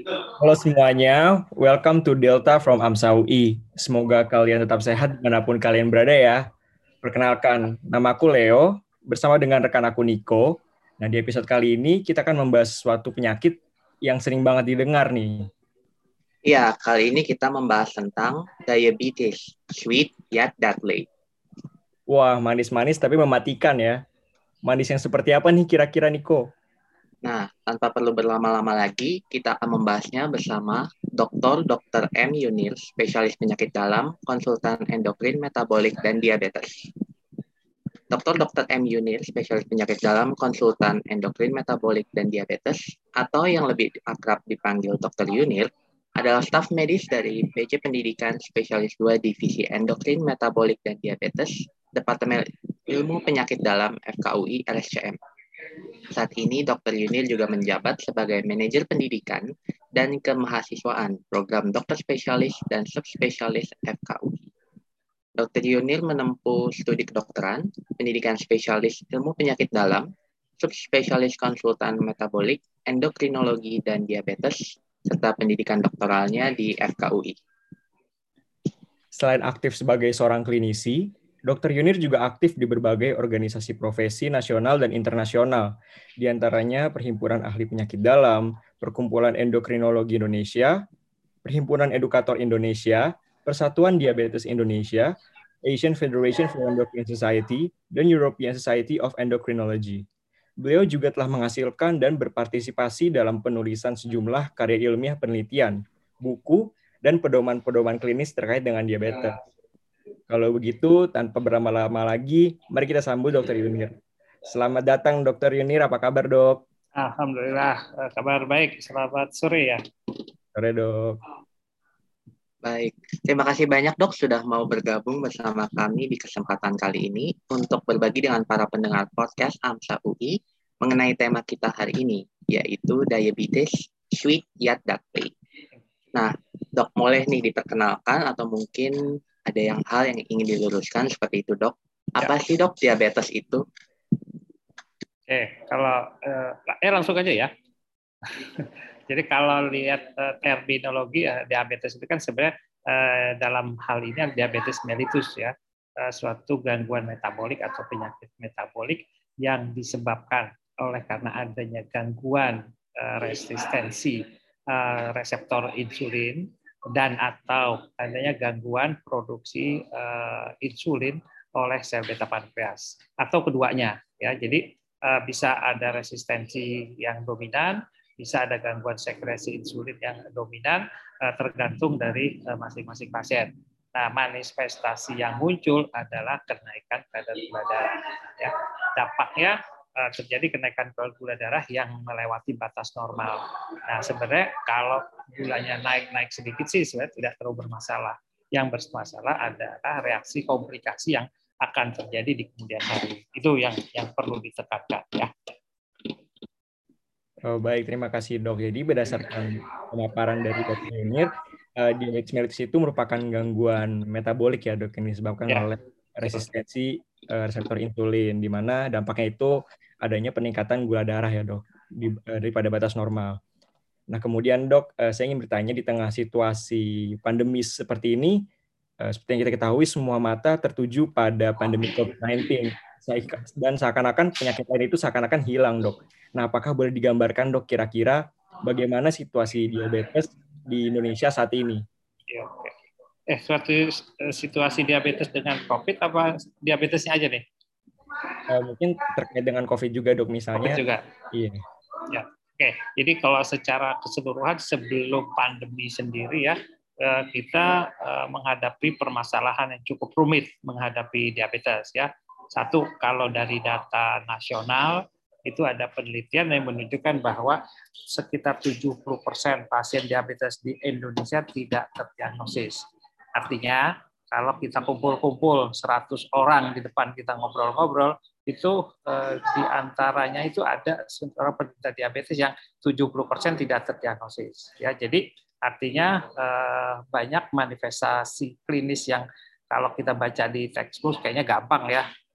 Halo semuanya, welcome to Delta from AMSA UI. Semoga kalian tetap sehat dimanapun kalian berada ya. Perkenalkan, nama aku Leo, bersama dengan rekan aku Niko. Nah, di episode kali ini kita akan membahas suatu penyakit yang sering banget didengar nih. Ya, kali ini kita membahas tentang diabetes, sweet yet deadly. Wah, manis-manis tapi mematikan ya. Manis yang seperti apa nih kira-kira Niko? Nah, tanpa perlu berlama-lama lagi, kita akan membahasnya bersama Dr. M. Yunil, spesialis penyakit dalam, konsultan endokrin, metabolik, dan diabetes. Dr. M. Yunil, spesialis penyakit dalam, konsultan endokrin, metabolik, dan diabetes, atau yang lebih akrab dipanggil Dr. Yunil, adalah staf medis dari PJ Pendidikan Spesialis 2 Divisi Endokrin, Metabolik, dan Diabetes, Departemen Ilmu Penyakit Dalam FKUI RSCM. Saat ini Dr. Yunil juga menjabat sebagai manajer pendidikan dan kemahasiswaan program dokter spesialis dan subspesialis FKUI. Dr. Yunil menempuh studi kedokteran, pendidikan spesialis ilmu penyakit dalam, subspesialis konsultan metabolik, endokrinologi, dan diabetes, serta pendidikan doktoralnya di FKUI. Selain aktif sebagai seorang klinisi, Dr. Yunir juga aktif di berbagai organisasi profesi nasional dan internasional, di antaranya Perhimpunan Ahli Penyakit Dalam, Perkumpulan Endokrinologi Indonesia, Perhimpunan Edukator Indonesia, Persatuan Diabetes Indonesia, Asian Federation for Endocrine Society, dan European Society of Endocrinology. Beliau juga telah menghasilkan dan berpartisipasi dalam penulisan sejumlah karya ilmiah penelitian, buku, dan pedoman-pedoman klinis terkait dengan diabetes. Kalau begitu, tanpa berlama-lama lagi, mari kita sambut Dr. Yunir. Selamat datang Dr. Yunir, apa kabar dok? Alhamdulillah, kabar baik. Selamat sore ya. Sore dok. Baik, terima kasih banyak dok sudah mau bergabung bersama kami di kesempatan kali ini untuk berbagi dengan para pendengar podcast AMSA UI mengenai tema kita hari ini, yaitu diabetes, sweet yet deadly. Nah, dok boleh nih diperkenalkan atau mungkin ada hal yang ingin diluruskan seperti itu dok. Apa sih dok diabetes itu? Kalau langsung aja ya. Jadi kalau lihat terminologi diabetes itu kan sebenarnya dalam hal ini diabetes mellitus ya, suatu gangguan metabolik atau penyakit metabolik yang disebabkan oleh karena adanya gangguan resistensi reseptor insulin dan atau adanya gangguan produksi insulin oleh sel beta pankreas atau keduanya ya. Jadi bisa ada resistensi yang dominan, bisa ada gangguan sekresi insulin yang dominan, tergantung dari masing-masing pasien. Nah, manifestasi yang muncul adalah kenaikan kadar gula darah. Ya. Dampaknya terjadi kenaikan kadar gula darah yang melewati batas normal. Nah, sebenarnya kalau gulanya naik sedikit sih sebenarnya tidak terlalu bermasalah. Yang bermasalah adalah reaksi komplikasi yang akan terjadi di kemudian hari. Itu yang perlu ditekankan ya. Oh, baik, terima kasih dok. Jadi berdasarkan pemaparan dari Dr. Yunir, diabetes mellitus itu merupakan gangguan metabolik ya dok, yang disebabkan oleh resistensi reseptor insulin, di mana dampaknya itu adanya peningkatan gula darah ya dok, daripada batas normal. Nah kemudian dok, saya ingin bertanya di tengah situasi pandemis seperti ini, seperti yang kita ketahui semua mata tertuju pada pandemi COVID-19 dan seakan-akan penyakit lain itu seakan-akan hilang dok. Nah apakah boleh digambarkan dok kira-kira bagaimana situasi diabetes di Indonesia saat ini? Suatu situasi diabetes dengan COVID apa diabetesnya aja nih? Mungkin terkait dengan COVID juga dok misalnya. COVID juga. Iya. Ya. Oke. Jadi kalau secara keseluruhan sebelum pandemi sendiri ya, kita menghadapi permasalahan yang cukup rumit menghadapi diabetes ya. Satu, kalau dari data nasional itu ada penelitian yang menunjukkan bahwa sekitar 70% pasien diabetes di Indonesia tidak terdiagnosis. Artinya kalau kita kumpul-kumpul 100 orang di depan kita ngobrol-ngobrol, itu di antaranya itu ada seorang penderita diabetes yang 70% tidak terdiagnosis. Ya, jadi artinya banyak manifestasi klinis yang kalau kita baca di textbook kayaknya gampang ya.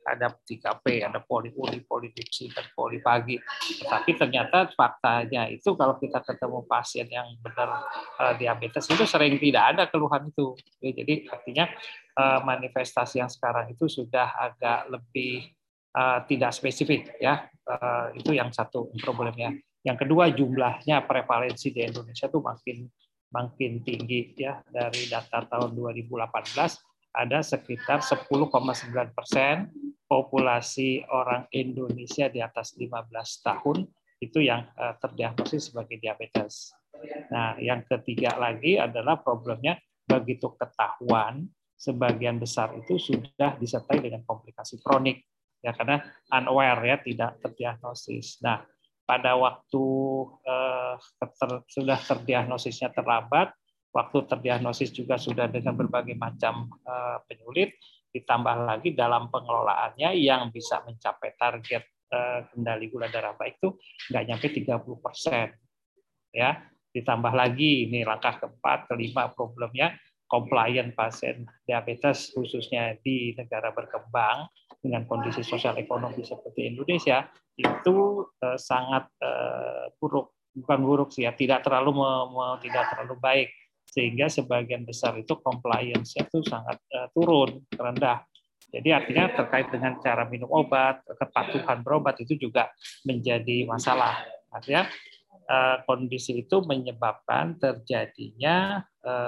ada 3P, ada poliuri, polidipsi, dan polipagi. Tetapi ternyata faktanya itu kalau kita ketemu pasien yang benar diabetes itu sering tidak ada keluhan itu. Jadi artinya manifestasi yang sekarang itu sudah agak lebih tidak spesifik, ya. Itu yang satu problemnya. Yang kedua, jumlahnya prevalensi di Indonesia itu makin tinggi, ya. Dari data tahun 2018 ada sekitar 10,9% populasi orang Indonesia di atas 15 tahun itu yang terdiagnosis sebagai diabetes. Nah, yang ketiga lagi adalah problemnya begitu ketahuan, sebagian besar itu sudah disertai dengan komplikasi kronik, ya, karena unaware, ya, tidak terdiagnosis. Nah, pada waktu sudah terdiagnosisnya terlambat, waktu terdiagnosis juga sudah dengan berbagai macam penyulit, ditambah lagi dalam pengelolaannya yang bisa mencapai target kendali gula darah baik itu nggak nyampe 30%. Ya, ditambah lagi ini langkah keempat, kelima problemnya compliant pasien diabetes khususnya di negara berkembang dengan kondisi sosial ekonomi seperti Indonesia itu sangat buruk, bukan buruk sih, ya, tidak terlalu baik, sehingga sebagian besar itu compliance-nya itu sangat turun, rendah. Jadi artinya terkait dengan cara minum obat, kepatuhan berobat itu juga menjadi masalah. Artinya kondisi itu menyebabkan terjadinya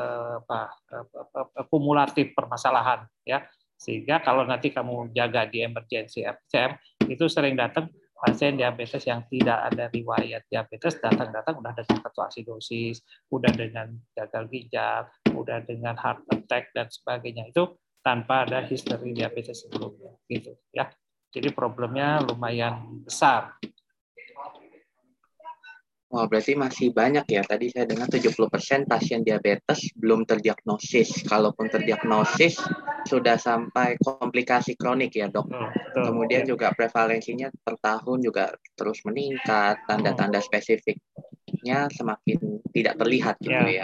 kumulatif permasalahan, ya, sehingga kalau nanti kamu jaga di emergency FCM itu sering datang pasien diabetes yang tidak ada riwayat diabetes, datang udah dengan ketoasidosis, udah dengan gagal ginjal, udah dengan heart attack dan sebagainya, itu tanpa ada history diabetes sebelumnya, gitu, ya. Jadi problemnya lumayan besar. Wah, berarti masih banyak, ya. Tadi saya dengar 70% pasien diabetes belum terdiagnosis. Kalaupun terdiagnosis, sudah sampai komplikasi kronik, ya, Dok. Kemudian juga prevalensinya per tahun juga terus meningkat, tanda-tanda spesifiknya semakin tidak terlihat, gitu, ya.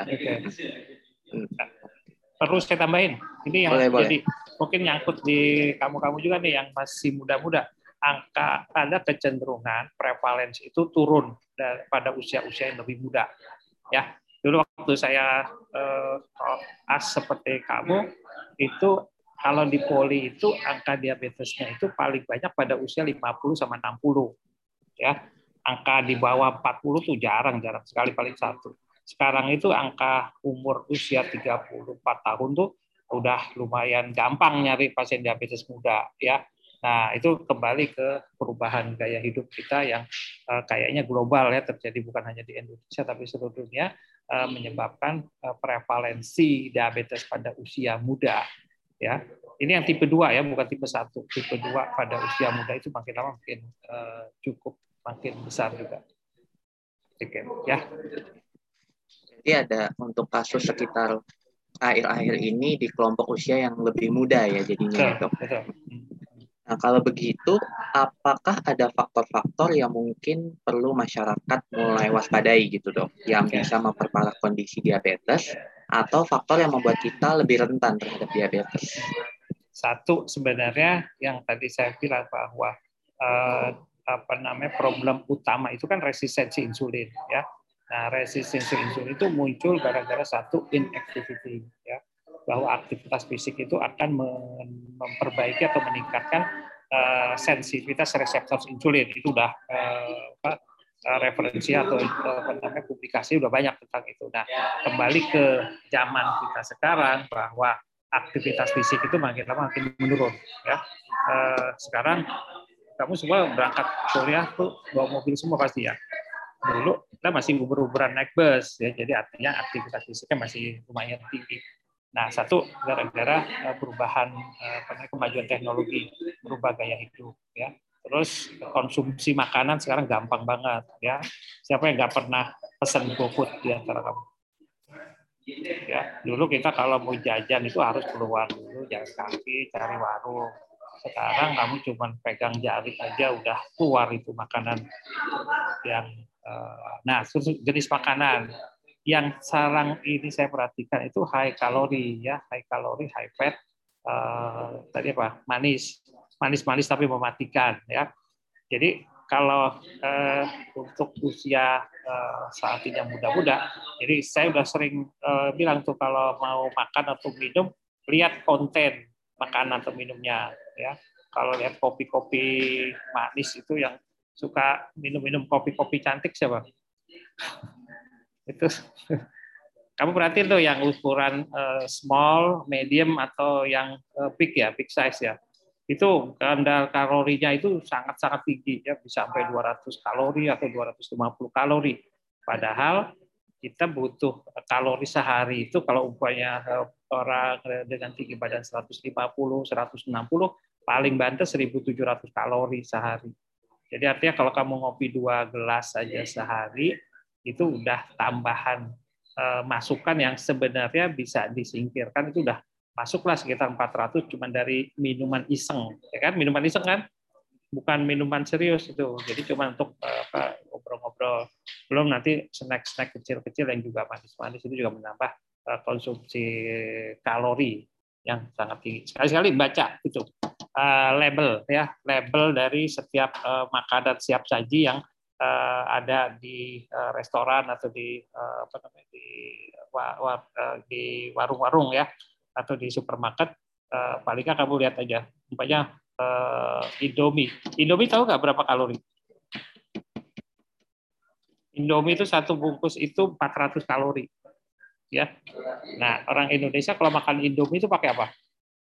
Perlu saya tambahin, ini yang boleh. jadi mungkin nyangkut di kamu-kamu juga nih yang masih muda-muda. Angka ada kecenderungan prevalensi itu turun pada usia-usia yang lebih muda, ya. Dulu waktu saya seperti kamu itu kalau di poli itu angka diabetesnya itu paling banyak pada usia 50 sama 60, ya. Angka di bawah 40 tuh jarang sekali, paling satu. Sekarang itu angka umur usia 34 tahun tuh udah lumayan gampang nyari pasien diabetes muda, ya. Nah, itu kembali ke perubahan gaya hidup kita yang kayaknya global, ya, terjadi bukan hanya di Indonesia tapi seluruh dunia, menyebabkan prevalensi diabetes pada usia muda, ya. Ini yang tipe 2, ya, bukan tipe 1. Tipe 2 pada usia muda itu makin lama makin makin besar juga. Oke, ya. Jadi ada untuk kasus sekitar akhir-akhir ini di kelompok usia yang lebih muda, ya, jadinya, Dok. Betul. Nah, kalau begitu, apakah ada faktor-faktor yang mungkin perlu masyarakat mulai waspadai, gitu, Dok, yang bisa memperparah kondisi diabetes atau faktor yang membuat kita lebih rentan terhadap diabetes? Satu, sebenarnya yang tadi saya bilang bahwa problem utama itu kan resistensi insulin, ya. Nah, resistensi insulin itu muncul gara-gara satu inactivity, ya, bahwa aktivitas fisik itu akan memperbaiki atau meningkatkan sensitivitas reseptor insulin. Itu udah referensi atau publikasi udah banyak tentang itu. Nah, kembali ke zaman kita sekarang bahwa aktivitas fisik itu makin lama makin menurun, ya. Sekarang kamu semua berangkat kuliah tuh bawa mobil semua pasti, ya. Dulu kita masih uber-uberan naik bus, ya, jadi artinya aktivitas fisiknya masih lumayan tinggi. Nah, satu gara-gara perubahan kemajuan teknologi, berubah gaya hidup, ya. Terus konsumsi makanan sekarang gampang banget, ya. Siapa yang nggak pernah pesan GoFood di antara kamu? Ya, dulu kita kalau mau jajan itu harus keluar dulu, jalan kaki, cari warung. Sekarang kamu cuma pegang jari aja udah keluar itu makanan yang jenis makanan yang sekarang ini saya perhatikan itu high kalori, ya, high kalori, high fat, tadi apa, manis. manis-manis tapi mematikan ya. Jadi kalau untuk usia saat ini yang muda-muda, jadi saya udah sering bilang tuh kalau mau makan atau minum, lihat konten makanan atau minumnya ya. Kalau lihat kopi-kopi manis itu yang suka minum-minum kopi-kopi cantik siapa? Itu kamu perhatiin tuh yang ukuran small, medium atau yang big ya, big size ya. Itu kadar kalorinya itu sangat-sangat tinggi ya, bisa sampai 200 kalori atau 250 kalori. Padahal kita butuh kalori sehari itu kalau umpamanya orang dengan tinggi badan 150, 160 paling banter 1.700 kalori sehari. Jadi artinya kalau kamu ngopi 2 gelas saja sehari itu udah tambahan masukan yang sebenarnya bisa disingkirkan, itu udah masuklah sekitar 400 cuma dari minuman iseng, ya kan? Minuman iseng kan, bukan minuman serius itu. Jadi cuma untuk ngobrol-ngobrol. Belum nanti snack-snack kecil-kecil yang juga manis-manis itu juga menambah konsumsi kalori yang sangat tinggi. Sekali-sekali baca itu label ya, label dari setiap makanan siap saji yang ada di restoran atau di di warung-warung ya, atau di supermarket. Paling nggak kamu lihat aja, umpamanya Indomie. Indomie tahu nggak berapa kalori? Indomie itu satu bungkus itu 400 kalori. Ya. Nah, orang Indonesia kalau makan Indomie itu pakai apa?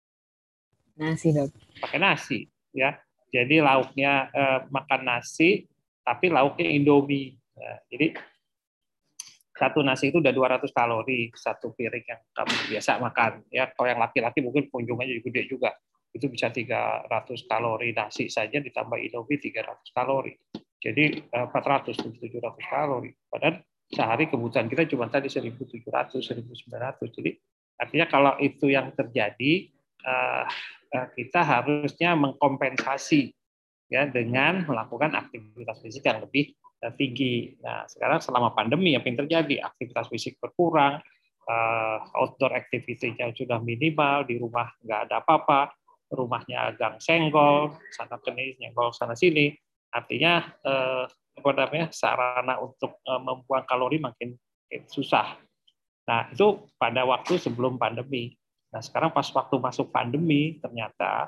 Nasi, Dok. Pakai nasi, ya. Jadi lauknya makan nasi, tapi lauknya Indomie. Nah, jadi satu nasi itu udah 200 kalori, satu piring yang kamu biasa makan. Ya, kalau yang laki-laki mungkin kunjungannya gede juga. Itu bisa 300 kalori nasi saja ditambah Indomie 300 kalori. Jadi 400, 700 kalori. Padahal sehari kebutuhan kita cuma tadi 1.700, 1.900. Jadi artinya kalau itu yang terjadi, kita harusnya mengkompensasi ya dengan melakukan aktivitas fisik yang lebih tinggi. Nah, sekarang selama pandemi apa yang terjadi? Aktivitas fisik berkurang, outdoor activity-nya sudah minimal, di rumah nggak ada apa-apa, rumahnya gang senggol, sana sini, senggol sana sini. Artinya sarana untuk membuang kalori makin susah. Nah, itu pada waktu sebelum pandemi. Nah, sekarang pas waktu masuk pandemi, ternyata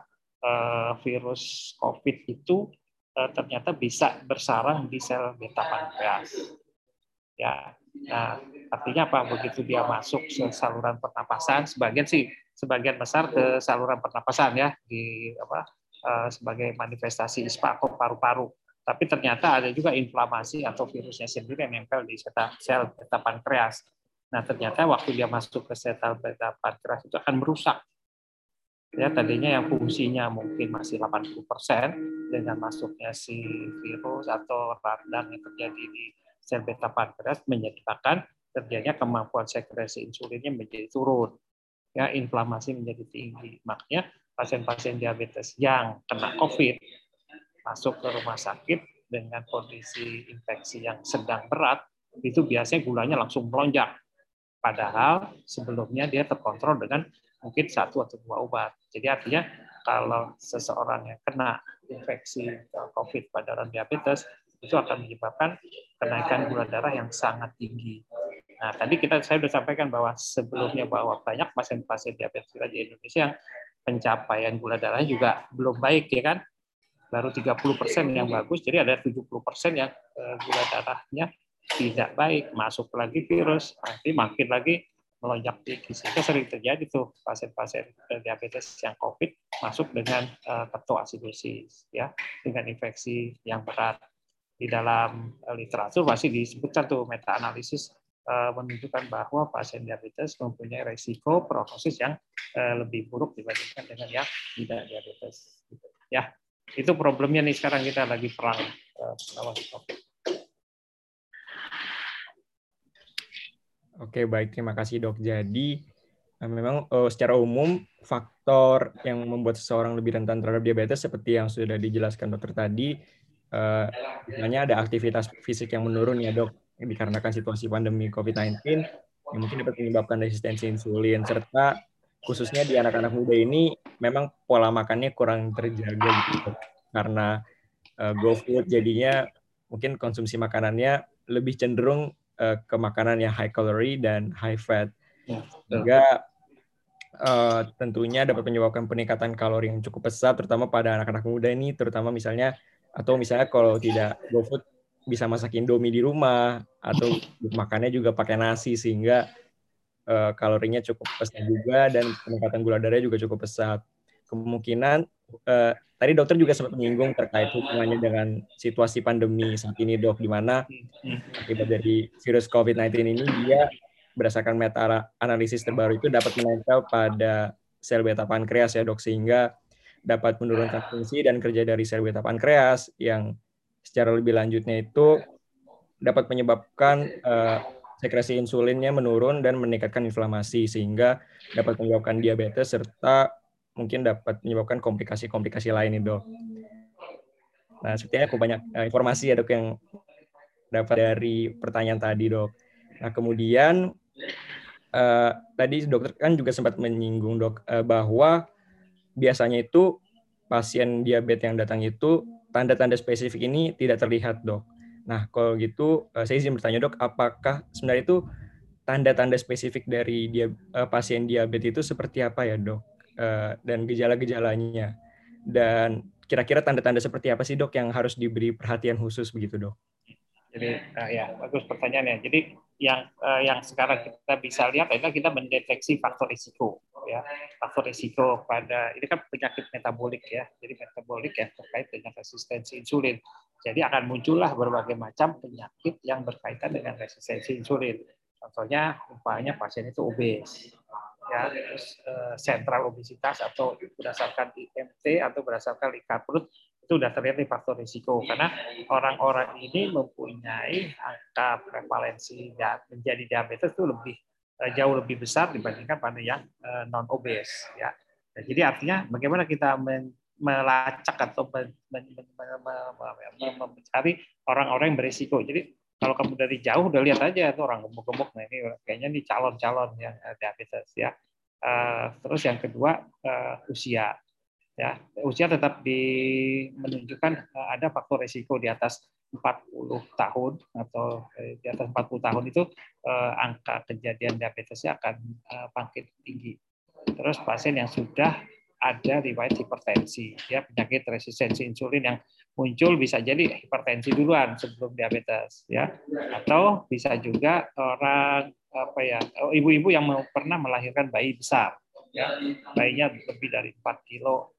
virus COVID itu ternyata bisa bersarang di sel beta pankreas. Ya, nah artinya apa? Begitu dia masuk ke saluran pernapasan, sebagian besar ke saluran pernapasan ya, sebagai manifestasi ispa atau paru-paru. Tapi ternyata ada juga inflamasi atau virusnya sendiri yang nempel di sel beta pankreas. Nah ternyata waktu dia masuk ke sel beta pankreas itu akan merusak. Ya, tadinya yang fungsinya mungkin masih 80%, dengan masuknya si virus atau radang yang terjadi di sel beta pankreas menyebabkan terjadinya kemampuan sekresi insulinnya menjadi turun. Ya, inflamasi menjadi tinggi. Makanya pasien-pasien diabetes yang kena COVID masuk ke rumah sakit dengan kondisi infeksi yang sedang berat, itu biasanya gulanya langsung melonjak. Padahal sebelumnya dia terkontrol dengan mungkin 1 atau 2 obat. Jadi artinya kalau seseorang yang kena infeksi COVID pada orang diabetes, itu akan menyebabkan kenaikan gula darah yang sangat tinggi. Nah, tadi saya sudah sampaikan bahwa sebelumnya bahwa banyak pasien-pasien diabetes di Indonesia yang pencapaian gula darahnya juga belum baik, ya kan? Baru 30% yang bagus, jadi ada 70% yang gula darahnya tidak baik, masuk lagi virus, nanti makin lagi melonjak tinggi. Sehingga sering terjadi tuh pasien-pasien diabetes yang COVID masuk dengan ketoasidosis, ya, dengan infeksi yang berat. Di dalam literatur masih disebutkan tuh meta-analisis menunjukkan bahwa pasien diabetes mempunyai resiko prognosis yang lebih buruk dibandingkan dengan yang tidak diabetes. Ya, itu problemnya nih sekarang kita lagi perang melawan COVID. Oke, baik. Terima kasih, Dok. Jadi, memang secara umum faktor yang membuat seseorang lebih rentan terhadap diabetes seperti yang sudah dijelaskan dokter tadi, misalnya ada aktivitas fisik yang menurun ya, Dok, dikarenakan situasi pandemi COVID-19 yang mungkin dapat menyebabkan resistensi insulin, serta khususnya di anak-anak muda ini memang pola makannya kurang terjaga gitu. Karena GoFood jadinya mungkin konsumsi makanannya lebih cenderung ke makanan yang high calorie dan high fat. Sehingga tentunya dapat menyebabkan peningkatan kalori yang cukup pesat, terutama pada anak-anak muda ini, terutama misalnya kalau tidak GoFood bisa masak Indomie di rumah, atau makannya juga pakai nasi, sehingga kalorinya cukup pesat juga, dan peningkatan gula darahnya juga cukup pesat. Kemungkinan, tadi dokter juga sempat menyinggung terkait hubungannya dengan situasi pandemi saat ini, Dok, di mana akibat dari virus COVID-19 ini, dia berdasarkan meta-analisis terbaru itu dapat menempel pada sel beta pankreas ya, Dok, sehingga dapat menurunkan fungsi dan kerja dari sel beta pankreas yang secara lebih lanjutnya itu dapat menyebabkan sekresi insulinnya menurun dan meningkatkan inflamasi, sehingga dapat menyebabkan diabetes serta mungkin dapat menyebabkan komplikasi-komplikasi lain nih, Dok. Nah, sepertinya aku banyak informasi ya, Dok, yang dapat dari pertanyaan tadi, Dok. Nah, kemudian tadi dokter kan juga sempat menyinggung, Dok, bahwa biasanya itu pasien diabetes yang datang itu tanda-tanda spesifik ini tidak terlihat, Dok. Nah, kalau gitu saya izin bertanya, Dok, apakah sebenarnya itu tanda-tanda spesifik dari pasien diabetes itu seperti apa ya, Dok? Dan gejala-gejalanya. Dan kira-kira tanda-tanda seperti apa sih, Dok, yang harus diberi perhatian khusus begitu, Dok? Jadi ya bagus pertanyaannya. Jadi yang sekarang kita bisa lihat adalah kita mendeteksi faktor risiko, ya. Faktor risiko pada ini kan penyakit metabolik ya. Jadi metabolik ya terkait dengan resistensi insulin. Jadi akan muncullah berbagai macam penyakit yang berkaitan dengan resistensi insulin. Contohnya umpamanya pasien itu obes, ya, terus sentral obesitas atau berdasarkan IMT atau berdasarkan likat perut, itu sudah terlihat di faktor risiko, karena orang-orang ini mempunyai angka prevalensi menjadi diabetes itu jauh lebih besar dibandingkan pada yang non obes, ya. Nah, jadi artinya bagaimana kita melacak atau mencari orang-orang yang berisiko. Jadi kalau kamu dari jauh udah lihat aja tuh orang gemuk-gemuk, nah ini kayaknya nih calon-calon yang diabetes, ya. Terus yang kedua usia. Ya, usia tetap menunjukkan ada faktor risiko di atas 40 tahun atau di atas 40 tahun itu angka kejadian diabetesnya akan bangkit tinggi. Terus pasien yang sudah ada riwayat hipertensi, ya, penyakit resistensi insulin yang muncul bisa jadi hipertensi duluan sebelum diabetes, ya, atau bisa juga orang ibu-ibu yang pernah melahirkan bayi besar, ya, bayinya lebih dari 4 kilo.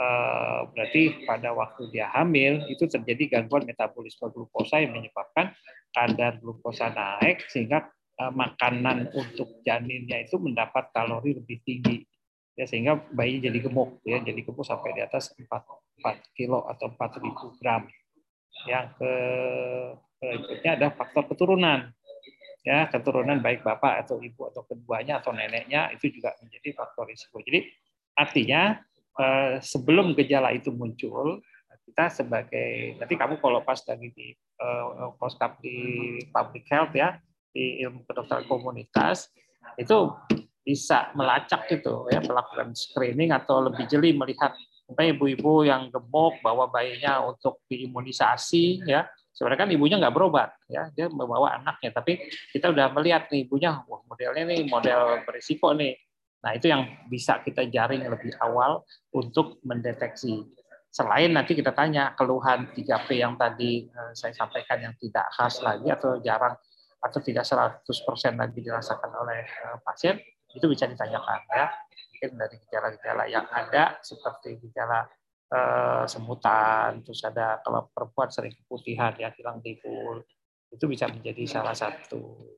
Berarti pada waktu dia hamil itu terjadi gangguan metabolisme glukosa yang menyebabkan kadar glukosa naik, sehingga makanan untuk janinnya itu mendapat kalori lebih tinggi, ya, sehingga bayi jadi gemuk, ya, jadi gemuk sampai di atas 4 kilo atau 4.000 gram. Yang berikutnya ada faktor keturunan, ya, keturunan baik bapak atau ibu atau keduanya atau neneknya itu juga menjadi faktor risiko. Jadi artinya sebelum gejala itu muncul, kita sebagai, nanti kamu kalau pas lagi di poskap di public health, ya, di ilmu kedokteran komunitas, itu bisa melacak gitu, ya, melakukan screening atau lebih jeli melihat ibu-ibu yang gemuk bawa bayinya untuk diimunisasi, ya. Sebenarnya kan ibunya nggak berobat, ya, dia membawa anaknya, tapi kita udah melihat nih ibunya, wah, modelnya nih model berisiko nih. Nah, itu yang bisa kita jaring lebih awal untuk mendeteksi. Selain nanti kita tanya keluhan 3P yang tadi saya sampaikan yang tidak khas lagi atau jarang atau tidak 100% lagi dirasakan oleh pasien, itu bisa ditanyakan, ya. Mungkin dari gejala-gejala yang ada seperti gejala semutan, terus ada kalau perempuan sering keputihan, ya, hilang timbul, itu bisa menjadi salah satu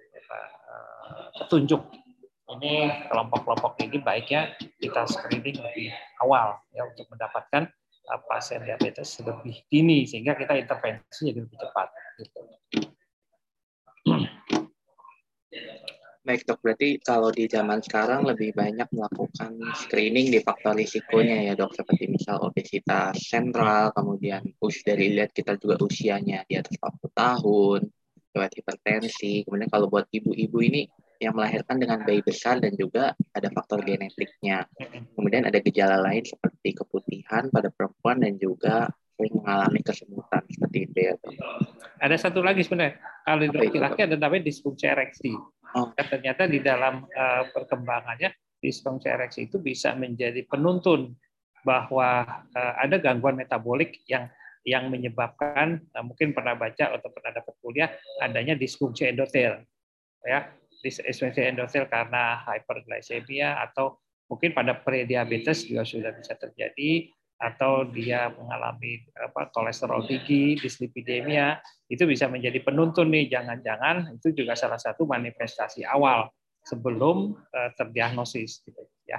petunjuk. Ini kelompok-kelompok ini baiknya kita screening lebih awal, ya, untuk mendapatkan pasien diabetes lebih dini sehingga kita intervensi jadi lebih cepat. Gitu. Baik, Dok, berarti kalau di zaman sekarang lebih banyak melakukan screening di faktor risikonya, ya, Dok, seperti misal obesitas sentral, kemudian dari lihat kita juga usianya di atas 40 tahun, lewat hipertensi, kemudian kalau buat ibu-ibu ini yang melahirkan dengan bayi besar dan juga ada faktor genetiknya. Kemudian ada gejala lain seperti keputihan pada perempuan dan juga sering mengalami kesemutan seperti itu ya, Dok. Ada satu lagi sebenarnya, kalau di Apa itu, laki-laki ada namanya disfungsi ereksi. Oh. Dan ternyata di dalam perkembangannya disfungsi ereksi itu bisa menjadi penuntun bahwa ada gangguan metabolik yang menyebabkan mungkin pernah baca atau pernah dapat kuliah adanya disfungsi endotel, ya, disfungsi endotel karena hyperglycemia atau mungkin pada prediabetes juga sudah bisa terjadi, atau dia mengalami kolesterol tinggi, dislipidemia, itu bisa menjadi penuntun nih, jangan-jangan itu juga salah satu manifestasi awal sebelum terdiagnosis gitu ya.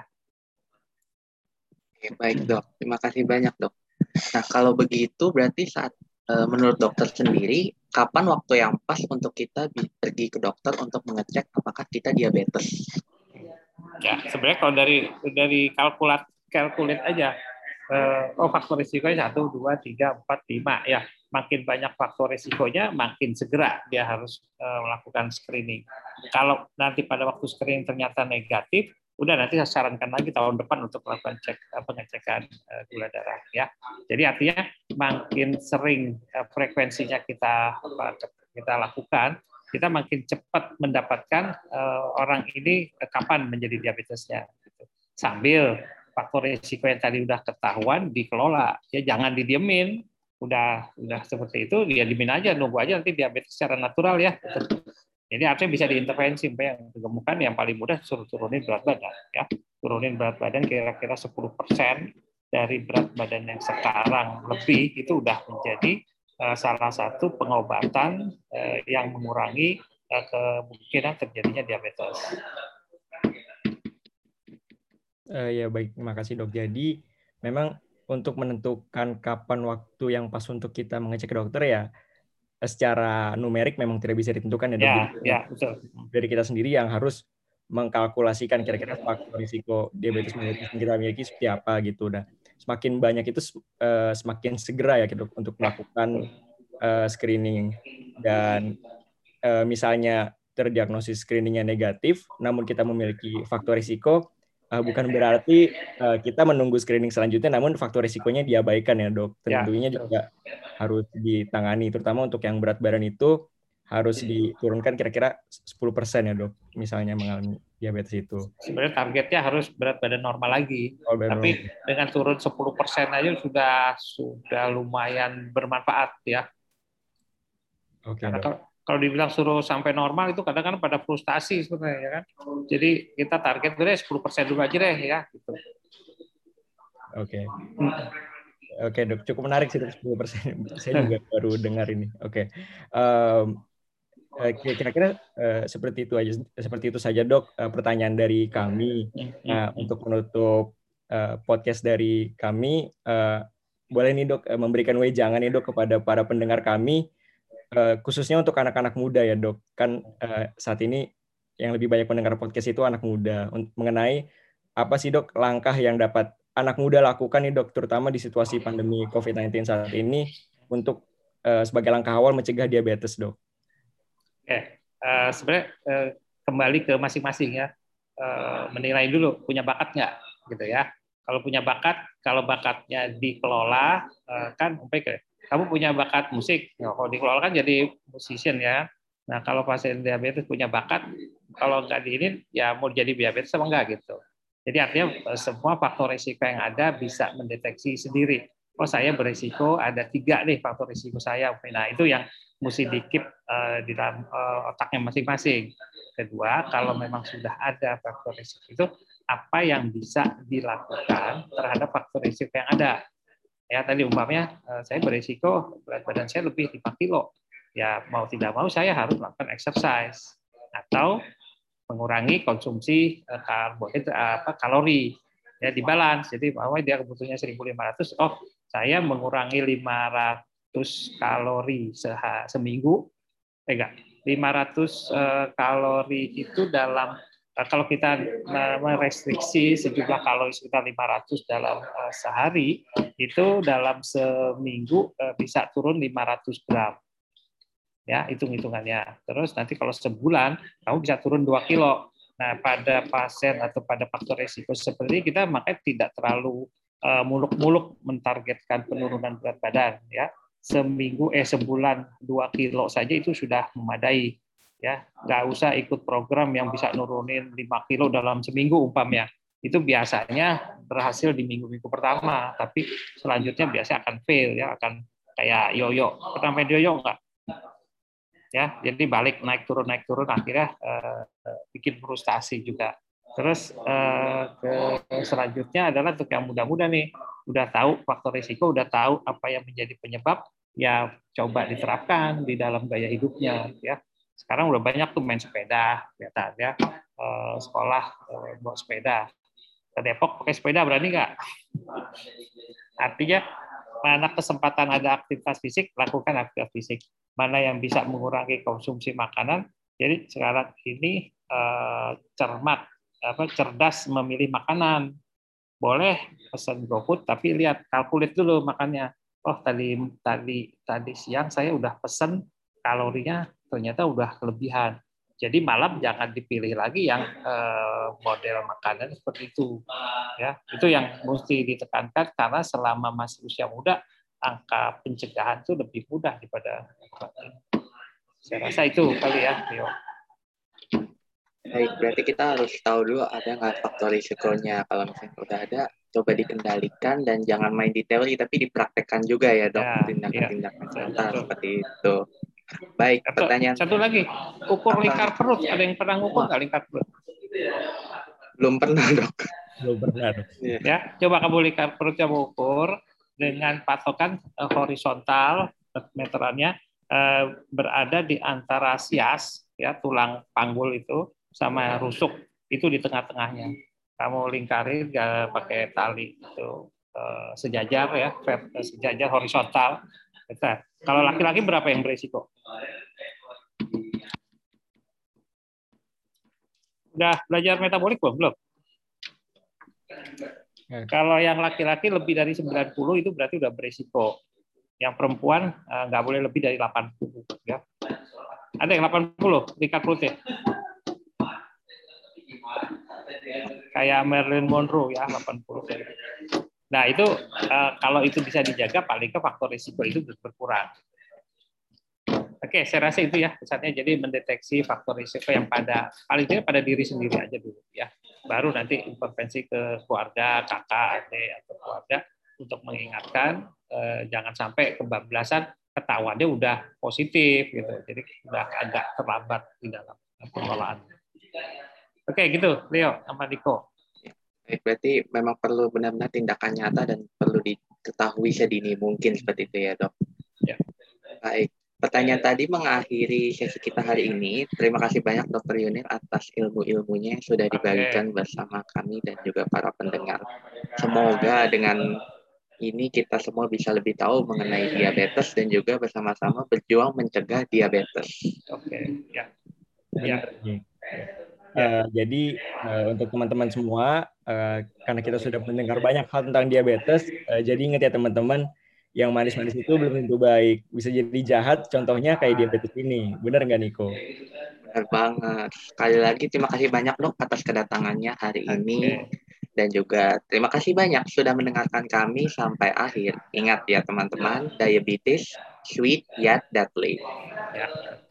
Oke, baik, Dok. Terima kasih banyak, Dok. Nah, kalau begitu berarti saat menurut dokter sendiri, kapan waktu yang pas untuk kita pergi ke dokter untuk mengecek apakah kita diabetes? Ya, sebenarnya kalau dari kalkulat aja, faktor risikonya 1, 2, 3, 4, 5 ya. Makin banyak faktor risikonya, makin segera dia harus melakukan screening. Kalau nanti pada waktu screening ternyata negatif, udah nanti saya sarankan lagi tahun depan untuk melakukan pengecekan gula darah ya. Jadi artinya makin sering frekuensinya kita lakukan, kita makin cepat mendapatkan orang ini kapan menjadi diabetesnya. Sambil faktor risiko yang tadi udah ketahuan dikelola, ya jangan didiemin. Udah seperti itu, dia diemin aja, nunggu aja nanti diabetes secara natural ya. Jadi artinya bisa diintervensi, yang kegemukan yang paling mudah suruh turunin berat badan ya. Turunin berat badan kira-kira 10% dari berat badan yang sekarang lebih, itu udah menjadi salah satu pengobatan yang mengurangi kemungkinan terjadinya diabetes. Ya baik, terima kasih dok. Jadi memang untuk menentukan kapan waktu yang pas untuk kita mengecek ke dokter ya secara numerik memang tidak bisa ditentukan ya dok. Ya, betul. Dari kita sendiri yang harus mengkalkulasikan kira-kira faktor risiko diabetes mellitus yang kita miliki seperti apa gitu. Nah, semakin banyak itu semakin segera ya gitu untuk melakukan screening. Dan misalnya terdiagnosis screeningnya negatif, namun kita memiliki faktor risiko, bukan berarti kita menunggu screening selanjutnya, namun faktor risikonya diabaikan ya dok. Tentunya juga harus ditangani, terutama untuk yang berat badan itu harus diturunkan kira-kira 10% ya dok, misalnya mengalami diabetes itu. Sebenarnya targetnya harus berat badan normal lagi, tapi dengan turun 10% aja sudah lumayan bermanfaat ya. Oke, karena dok. Kalau dibilang suruh sampai normal itu kadang-kadang pada frustasi sebenarnya ya kan. Jadi kita target dulu 10% dulu aja deh ya gitu. Oke. Oke, dok. Cukup menarik sih 10%. Saya juga baru dengar ini. Oke. Kira-kira seperti itu saja dok pertanyaan dari kami. Nah, untuk menutup podcast dari kami, boleh nih dok memberikan wejangan nih dok kepada para pendengar kami, khususnya untuk anak-anak muda ya dok. Kan saat ini yang lebih banyak mendengar podcast itu anak muda, mengenai apa sih dok langkah yang dapat anak muda lakukan nih dok, terutama di situasi pandemi COVID-19 saat ini untuk sebagai langkah awal mencegah diabetes dok. Sebenarnya kembali ke masing-masing ya, menilai dulu punya bakat nggak gitu ya. Kalau punya bakat, kalau bakatnya dikelola kan baik. Kamu punya bakat musik, kalau dikelola kan jadi musician ya. Nah kalau pasien diabetes punya bakat, kalau nggak diinin ya mau jadi diabetes sama enggak gitu. Jadi artinya semua faktor risiko yang ada bisa mendeteksi sendiri. Oh saya berisiko ada 3 nih faktor risiko saya. Nah itu yang mesti dikip di dalam otaknya masing-masing. Kedua, kalau memang sudah ada faktor risiko itu, apa yang bisa dilakukan terhadap faktor risiko yang ada? Ya tadi umpamanya saya berisiko berat badan saya lebih 5 kilo. Ya mau tidak mau saya harus melakukan exercise atau mengurangi konsumsi kalori. Ya dibalance. Jadi bahwa dia kebutuhannya 1.500, oh saya mengurangi 500 kalori seminggu. 500 kalori itu dalam kalau kita merestriksi sejumlah kalori sekitar 500 dalam sehari, itu dalam seminggu bisa turun 500 gram. ya hitung-hitungannya. Terus nanti kalau sebulan kamu bisa turun 2 kilo. Nah, pada pasien atau pada faktor risiko seperti ini, kita makanya tidak terlalu muluk-muluk mentargetkan penurunan berat badan, ya. Sebulan 2 kilo saja itu sudah memadai, ya. Nggak usah ikut program yang bisa nurunin 5 kilo dalam seminggu umpamanya. Itu biasanya berhasil di minggu-minggu pertama, tapi selanjutnya biasanya akan fail, ya, akan kayak yoyo. Pernah main yoyo nggak? Ya, jadi balik naik turun akhirnya bikin frustasi juga. Terus selanjutnya adalah untuk yang muda-muda nih, udah tahu faktor risiko, udah tahu apa yang menjadi penyebab, ya coba diterapkan di dalam gaya hidupnya, ya. Sekarang udah banyak tuh main sepeda, kelihatan ya, sekolah bawa sepeda. Ke Depok pakai sepeda berani nggak? Artinya mana kesempatan ada aktivitas fisik, lakukan aktivitas fisik. Mana yang bisa mengurangi konsumsi makanan, jadi sekarang ini cerdas memilih makanan. Boleh pesan GoFood, tapi lihat kalkulit dulu makannya. Oh, tadi siang saya udah pesan, kalorinya ternyata udah kelebihan. Jadi malam jangan dipilih lagi yang model makanan seperti itu, ya. Itu yang mesti ditekankan, karena selama masih usia muda angka pencegahan itu lebih mudah daripada obat. Saya rasa itu kali ya, Rio. Baik, berarti kita harus tahu dulu ada nggak faktor risikonya. Kalau misalnya udah ada, coba dikendalikan dan jangan main di teori, tapi dipraktekkan juga ya, Dok, tindakan-tindakan nyata seperti itu. Baik, pertanyaan satu lagi, ukur lingkar perut. Ada yang pernah ngukur nggak lingkar perut? Belum pernah, Dok. Belum pernah, Dok. Ya, coba kamu lingkar perutnya ukur dengan patokan horizontal, meterannya berada di antara sias, ya, tulang panggul itu, sama rusuk itu di tengah-tengahnya. Kamu lingkarin pakai tali itu sejajar, ya, sejajar horizontal. Kalau laki-laki berapa yang berisiko? Udah belajar metabolik belum? Kalau yang laki-laki lebih dari 90 itu berarti udah berisiko. Yang perempuan nggak boleh lebih dari 80. Ya. Ada yang 80 tingkat perutnya? Kayak Marilyn Monroe ya, 80. Nah, itu kalau itu bisa dijaga, paling ke faktor risiko itu berkurang. Oke, saya rasa itu ya pesannya. Jadi mendeteksi faktor risiko yang paling tidak pada diri sendiri aja dulu ya. Baru nanti intervensi ke keluarga, kakak, adik, atau keluarga untuk mengingatkan jangan sampai kebablasan, ketahuannya udah positif gitu. Jadi udah agak terlambat di dalam pengelolaan. Oke, gitu, Leo sama Diko. Baik, berarti memang perlu benar-benar tindakan nyata dan perlu diketahui sedini mungkin seperti itu ya, Dok. Ya. Baik, pertanyaan tadi mengakhiri sesi kita hari ini. Terima kasih banyak Dr. Yunir atas ilmu-ilmunya yang sudah dibagikan bersama kami dan juga para pendengar. Semoga dengan ini kita semua bisa lebih tahu mengenai diabetes dan juga bersama-sama berjuang mencegah diabetes. Oke, ya. Jadi untuk teman-teman semua, karena kita sudah mendengar banyak hal tentang diabetes, jadi ingat ya teman-teman, yang manis-manis itu belum tentu baik. Bisa jadi jahat, contohnya kayak diabetes ini. Benar nggak, Niko? Benar banget. Sekali lagi terima kasih banyak, Dok, atas kedatangannya hari ini. Dan juga terima kasih banyak sudah mendengarkan kami sampai akhir. Ingat ya teman-teman, diabetes, sweet yet deadly. Ya.